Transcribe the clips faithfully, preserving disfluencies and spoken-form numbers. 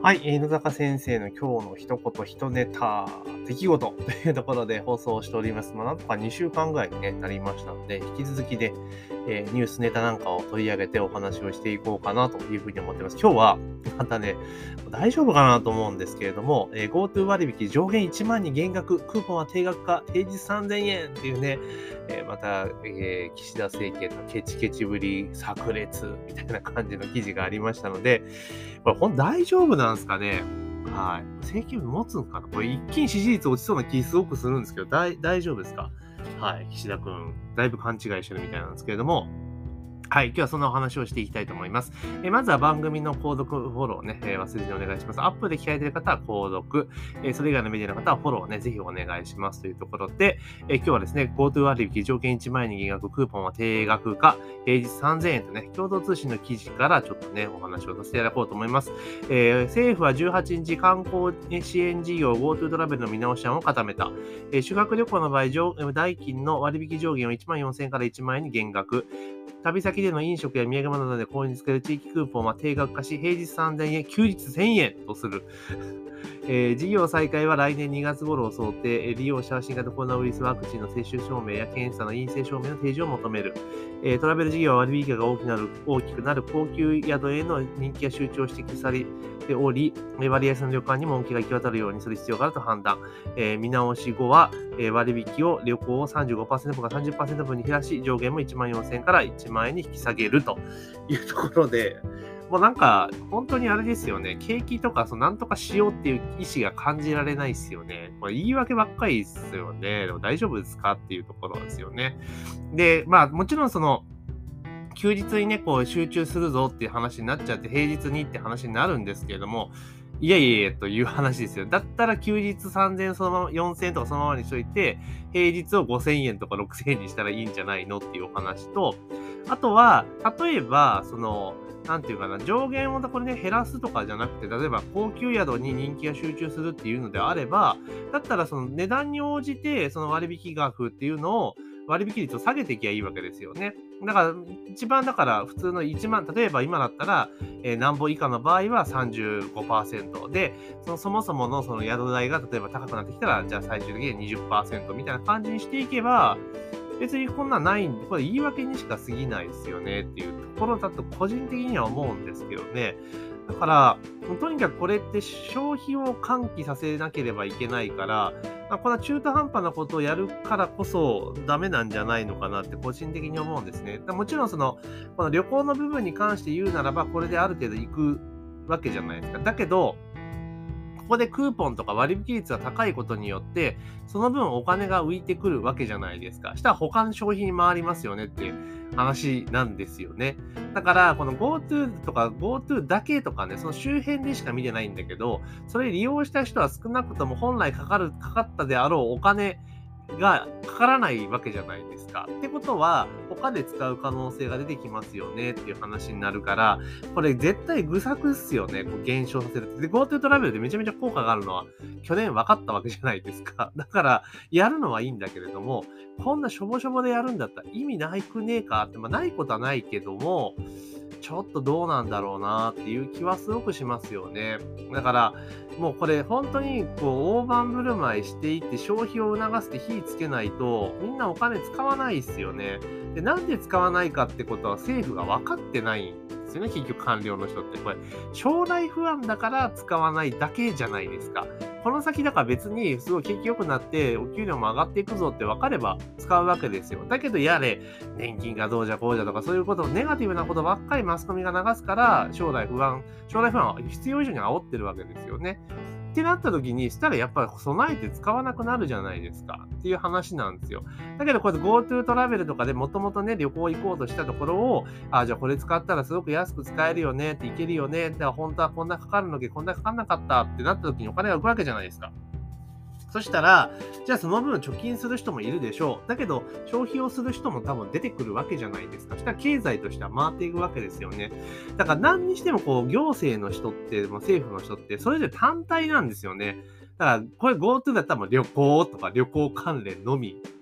はい、えー野坂先生の今日の一言一ネタ、出来事というところで放送しております。まあ、なんとかにしゅうかんぐらいに、ね、なりましたので、引き続きで、えーニュースネタなんかを取り上げてお話をしていこうかなというふうに思っています。今日は、またね、大丈夫かなと思うんですけれども、えー GoTo 割引上限いちまんに減額、クーポンは定額化、平日さんぜんえんっていうね、えーまた、えー岸田政権のケチケチぶり炸裂みたいな感じの記事がありましたので、これほん大丈夫なんですかね。はい。政権持つんかな。これ一気に支持率落ちそうな気すごくするんですけど、大大丈夫ですか？はい。岸田くん、だいぶ勘違いしてるみたいなんですけれども、はい。今日はそんなお話をしていきたいと思います。えーまずは番組の購読、フォローね、えー忘れずにお願いします。アップで聞かれている方は購読、えーそれ以外のメディアの方はフォローね、ぜひお願いしますというところで、えー今日はですね、GoTo 割引上限いちまんえんに減額、クーポンは定額化、平日さんぜんえんとね、共同通信の記事からちょっとね、お話をさせていただこうと思います。えー政府はじゅうはちにち観光支援事業 GoTo トラベルの見直し案を固めた。えー宿泊旅行の場合、上代金の割引上限をいちまんよんせんえんからいちまんえんに減額。旅先での飲食や土産物などで購入に使える地域クーポンは定額化し、平日さんぜんえん、休日せんえんとする。えー事業再開は来年にがつ頃を想定、えー利用者は新型コロナウイルスワクチンの接種証明や検査の陰性証明の提示を求める。えートラベル事業は割引が大きくなる大きくなる高級宿への人気や集中を指摘されており、えー割安の旅館にも恩恵が行き渡るようにする必要があると判断。えー見直し後は、えー割引を旅行を さんじゅうごパーセント 分から さんじゅっパーセント 分に減らし、上限もいちまんよんせんえんからいちまんえんに引き下げるというところで、もうなんか、本当にあれですよね。景気とか、そのなんとかしようっていう意思が感じられないですよね。これ言い訳ばっかりですよね。でも大丈夫ですかっていうところですよね。で、まあもちろんその、休日にね、こう集中するぞっていう話になっちゃって、平日にって話になるんですけれども、いやいやいやという話ですよ。だったら休日さんぜんえんそのまま、よんせんえんとかそのままにしといて、平日をごせんえんとかろくせんえんにしたらいいんじゃないのっていうお話と、あとは、例えば、その、なんていうかな、上限をこれね、減らすとかじゃなくて、例えば高級宿に人気が集中するっていうのであれば、だったらその値段に応じて、その割引額っていうのを、割引率を下げていきゃいいわけですよね。だから、一番だから普通のいちまん、例えば今だったら、えー、何歩以下の場合は さんじゅうごパーセント で、そのそもそものその宿代が例えば高くなってきたら、じゃあ最終的に にじゅっパーセント みたいな感じにしていけば、別にこんなんないんで、これ言い訳にしか過ぎないですよねっていうところだと個人的には思うんですけどね。だから、とにかくこれって消費を喚起させなければいけないから、まあ、これは中途半端なことをやるからこそダメなんじゃないのかなって個人的に思うんですね。だもちろんその、この旅行の部分に関して言うならば、これである程度行くわけじゃないですか。だけど、ここでクーポンとか割引率が高いことによって、その分お金が浮いてくるわけじゃないですか。したら他の消費に回りますよねっていう話なんですよね。だから、この GoTo とか GoTo だけとかね、その周辺でしか見てないんだけど、それ利用した人は少なくとも本来かかる、かかったであろうお金がかからないわけじゃないですか。ってことは、他で使う可能性が出てきますよねっていう話になるから、これ絶対愚策っすよね。こう減少させる。で、GoTo トラベルでめちゃめちゃ効果があるのは、去年分かったわけじゃないですか。だから、やるのはいいんだけれども、こんなしょぼしょぼでやるんだったら意味ないくねえかって、まあ、ないことはないけども、ちょっとどうなんだろうなっていう気はすごくしますよね。だから、もうこれ本当にこう大盤振る舞いしていって消費を促して火つけないとみんなお金使わないですよね。で、なんで使わないかってことは政府が分かってないんですよね。結局官僚の人って。これ将来不安だから使わないだけじゃないですか。この先だから別にすごい景気良くなってお給料も上がっていくぞって分かれば使うわけですよ。だけどやれ、年金がどうじゃこうじゃとかそういうことネガティブなことばっかりマスコミが流すから将来不安、将来不安は必要以上に煽ってるわけですよね。ってなった時にしたらやっぱり備えて使わなくなるじゃないですかっていう話なんですよ。だけどこれ GoTo トラベルとかでもともとね旅行行こうとしたところを、あ、じゃあこれ使ったらすごく安く使えるよねって行けるよね。だから本当はこんなかかるのにこんなかかんなかったってなった時にお金が浮くわけじゃないですか。そしたら、じゃあその分貯金する人もいるでしょう。だけど、消費をする人も多分出てくるわけじゃないですか。そしたら経済としては回っていくわけですよね。だから何にしてもこう、行政の人って、まあ、政府の人って、それぞれ単体なんですよね。だから、これ GoTo だったらもう旅行とか旅行関連のみ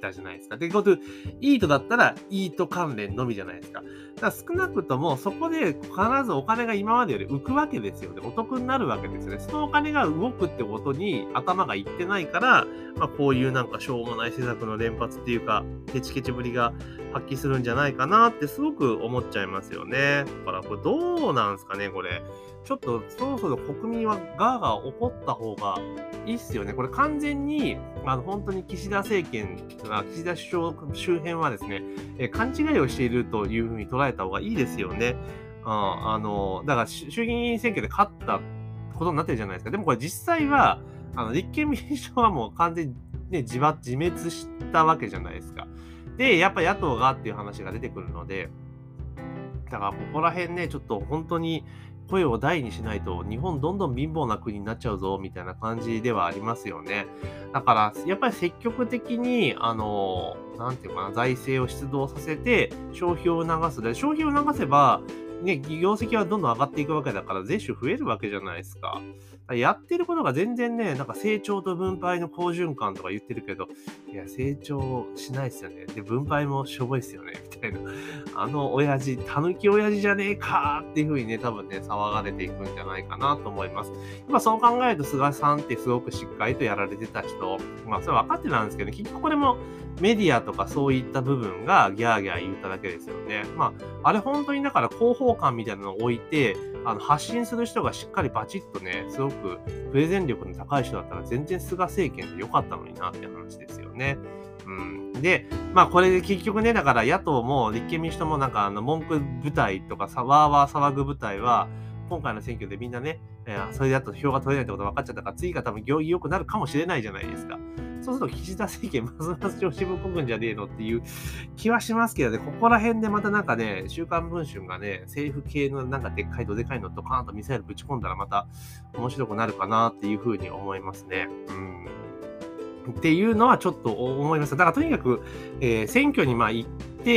たじゃないですか。で、GoTo イートだったらイート関連のみじゃないですか。だから少なくともそこで必ずお金が今までより浮くわけですよね。お得になるわけですよね。そのお金が動くってことに頭がいってないから、まあこういうなんかしょうもない施策の連発っていうか、ケチケチぶりが発揮するんじゃないかなってすごく思っちゃいますよね。だからこれどうなんですかね、これ。ちょっとそろそろ国民はガーガー怒った方がいいっすよね。これ完全に、あの、本当に岸田政権が、岸田首相周辺はですね、えー勘違いをしているというふうに捉えた方がいいですよね。うん、あの、だから衆議院選挙で勝ったことになってるじゃないですか。でもこれ実際は、あの、立憲民主党はもう完全にね、自爆自滅したわけじゃないですか。で、やっぱ野党がっていう話が出てくるので、だからここら辺ね、ちょっと本当に声を大にしないと、日本どんどん貧乏な国になっちゃうぞ、みたいな感じではありますよね。だから、やっぱり積極的に、あの、なんていうかな、財政を出動させて、消費を促す。で、消費を促せば、ね、業績はどんどん上がっていくわけだから、税収増えるわけじゃないですか。やってることが全然ね、なんか成長と分配の好循環とか言ってるけど、いや、成長しないですよね。で、分配もしょぼいですよね、みたいな。あの親父、たぬき親父じゃねえかーっていう風にね、多分ね、騒がれていくんじゃないかなと思います。まあそう考えると菅さんってすごくしっかりとやられてた人、まあそれ分かってたんですけど、結局これもメディアとかそういった部分がギャーギャー言っただけですよね。まあ、あれ本当にだから広報感みたいなのを置いて、あの発信する人がしっかりバチッとね、すごくプレゼン力の高い人だったら全然菅政権で良かったのになって話ですよね。うん。で、まあこれで結局ね、だから野党も立憲民主党もなんかあの文句部隊とかさ、わーわー騒ぐ部隊は、今回の選挙でみんなね、えーそれだと票が取れないってことが分かっちゃったから、次が多分行儀良くなるかもしれないじゃないですか。そうすると岸田政権ますます調子ぶこくんじゃねえのっていう気はしますけどね、ここら辺でまたなんかね、週刊文春がね、政府系のなんかでっかいどでかいのとカーンとミサイルぶち込んだらまた面白くなるかなっていうふうに思いますね。うん。っていうのはちょっと思います。だからとにかく、えー選挙にまあ行って、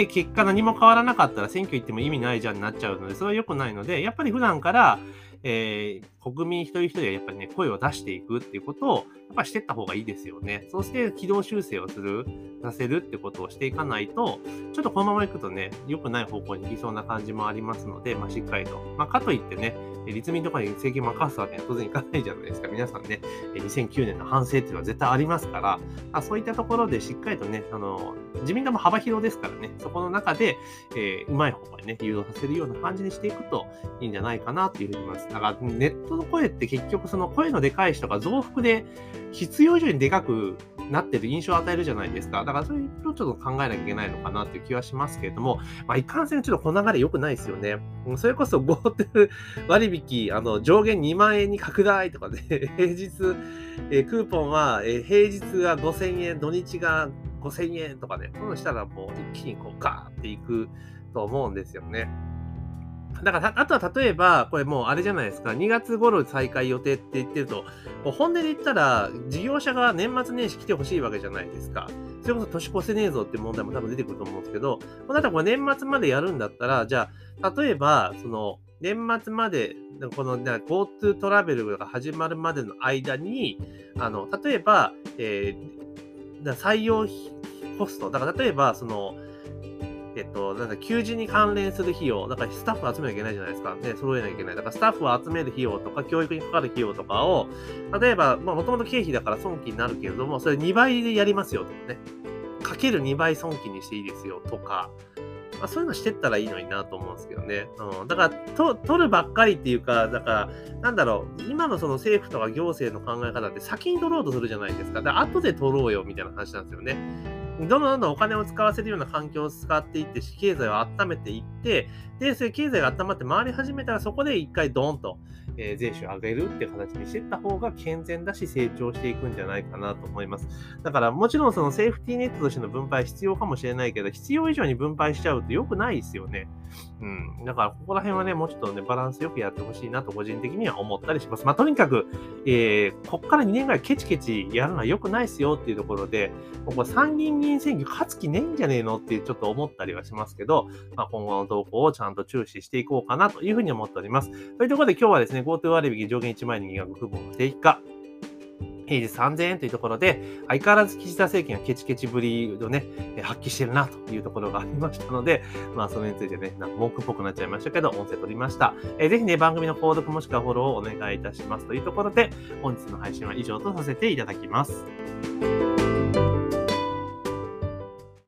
結果何も変わらなかったら選挙行っても意味ないじゃんになっちゃうので、それは良くないので、やっぱり普段から、えー国民一人一人がやっぱりね、声を出していくっていうことを、やっぱりしていった方がいいですよね。そして軌道修正をする、させるってことをしていかないと、ちょっとこのままいくとね、良くない方向に行きそうな感じもありますので、まあしっかりと。まあかといってね、立民とかに政権任すわけには当然いかないじゃないですか。皆さんね、にせんきゅうねんの反省っていうのは絶対ありますから、あそういったところでしっかりとね、あの、自民党も幅広ですからね、そこの中で、えーうまい方向にね、誘導させるような感じにしていくといいんじゃないかなっていうふうに思います。だからネットの声って結局その声のでかい人が増幅で必要以上にでかくなってる印象を与えるじゃないですか。だからそういうことをちょっと考えなきゃいけないのかなっていう気はしますけれども、まあ、いかんせんちょっとこの流れ良くないですよね。それこそ GoTo 割引、あの、上限にまん円に拡大とかね、平日、えークーポンは、えー平日がごせんえん、土日がごせんえんとかね、そういうのしたらもう一気にこうガーっていくと思うんですよね。だから、あとは例えば、これもうあれじゃないですか、にがつ頃再開予定って言ってると、こう本音で言ったら、事業者が年末年始来てほしいわけじゃないですか。それこそ年越せねえぞっていう問題も多分出てくると思うんですけど、だったらこれ年末までやるんだったら、じゃあ、例えば、その、年末まで、この GoTo トラベルが始まるまでの間に、あの、例えば、えーだ採用コスト、だから例えば、その、えっと、なんだ、求人に関連する費用、だからスタッフ集めなきゃいけないじゃないですか。ね、揃えなきゃいけない。だからスタッフを集める費用とか、教育にかかる費用とかを、例えば、まあ、もともと経費だから損金になるけれども、それにばいでやりますよとかね。かけるにばい損金にしていいですよとか、まあ、そういうのしてったらいいのになと思うんですけどね。うん。だから、と、取るばっかりっていうか、だから、なんだろう、今のその政府とか行政の考え方って先に取ろうとするじゃないですか。だから後で取ろうよみたいな話なんですよね。どんどんどんどんお金を使わせるような環境を使っていって、経済を温めていって、で、それ経済が温まって回り始めたら、そこで一回ドーンと、えー税収上げるっていう形にしていった方が健全だし、成長していくんじゃないかなと思います。だから、もちろんそのセーフティーネットとしての分配必要かもしれないけど、必要以上に分配しちゃうと良くないですよね。うん。だから、ここら辺はね、もうちょっとね、バランスよくやってほしいなと、個人的には思ったりします。まあ、とにかく、えー、こっからにねんぐらいケチケチやるのは良くないですよっていうところで、ここ参議院議員選挙勝つ気ねえんじゃねえのってちょっと思ったりはしますけど、まあ、今後の動向をちゃんと注視していこうかなというふうに思っております。というところで今日はですね、GoTo 割引上限いちまん円に月額クーポンの定期化、 平時さんぜんえんというところで、相変わらず岸田政権がケチケチぶりをね、え発揮してるなというところがありましたので、まあそれについてね、なんか文句っぽくなっちゃいましたけど、音声取りました。えーぜひね、番組の購読もしくはフォローをお願いいたしますというところで、本日の配信は以上とさせていただきます。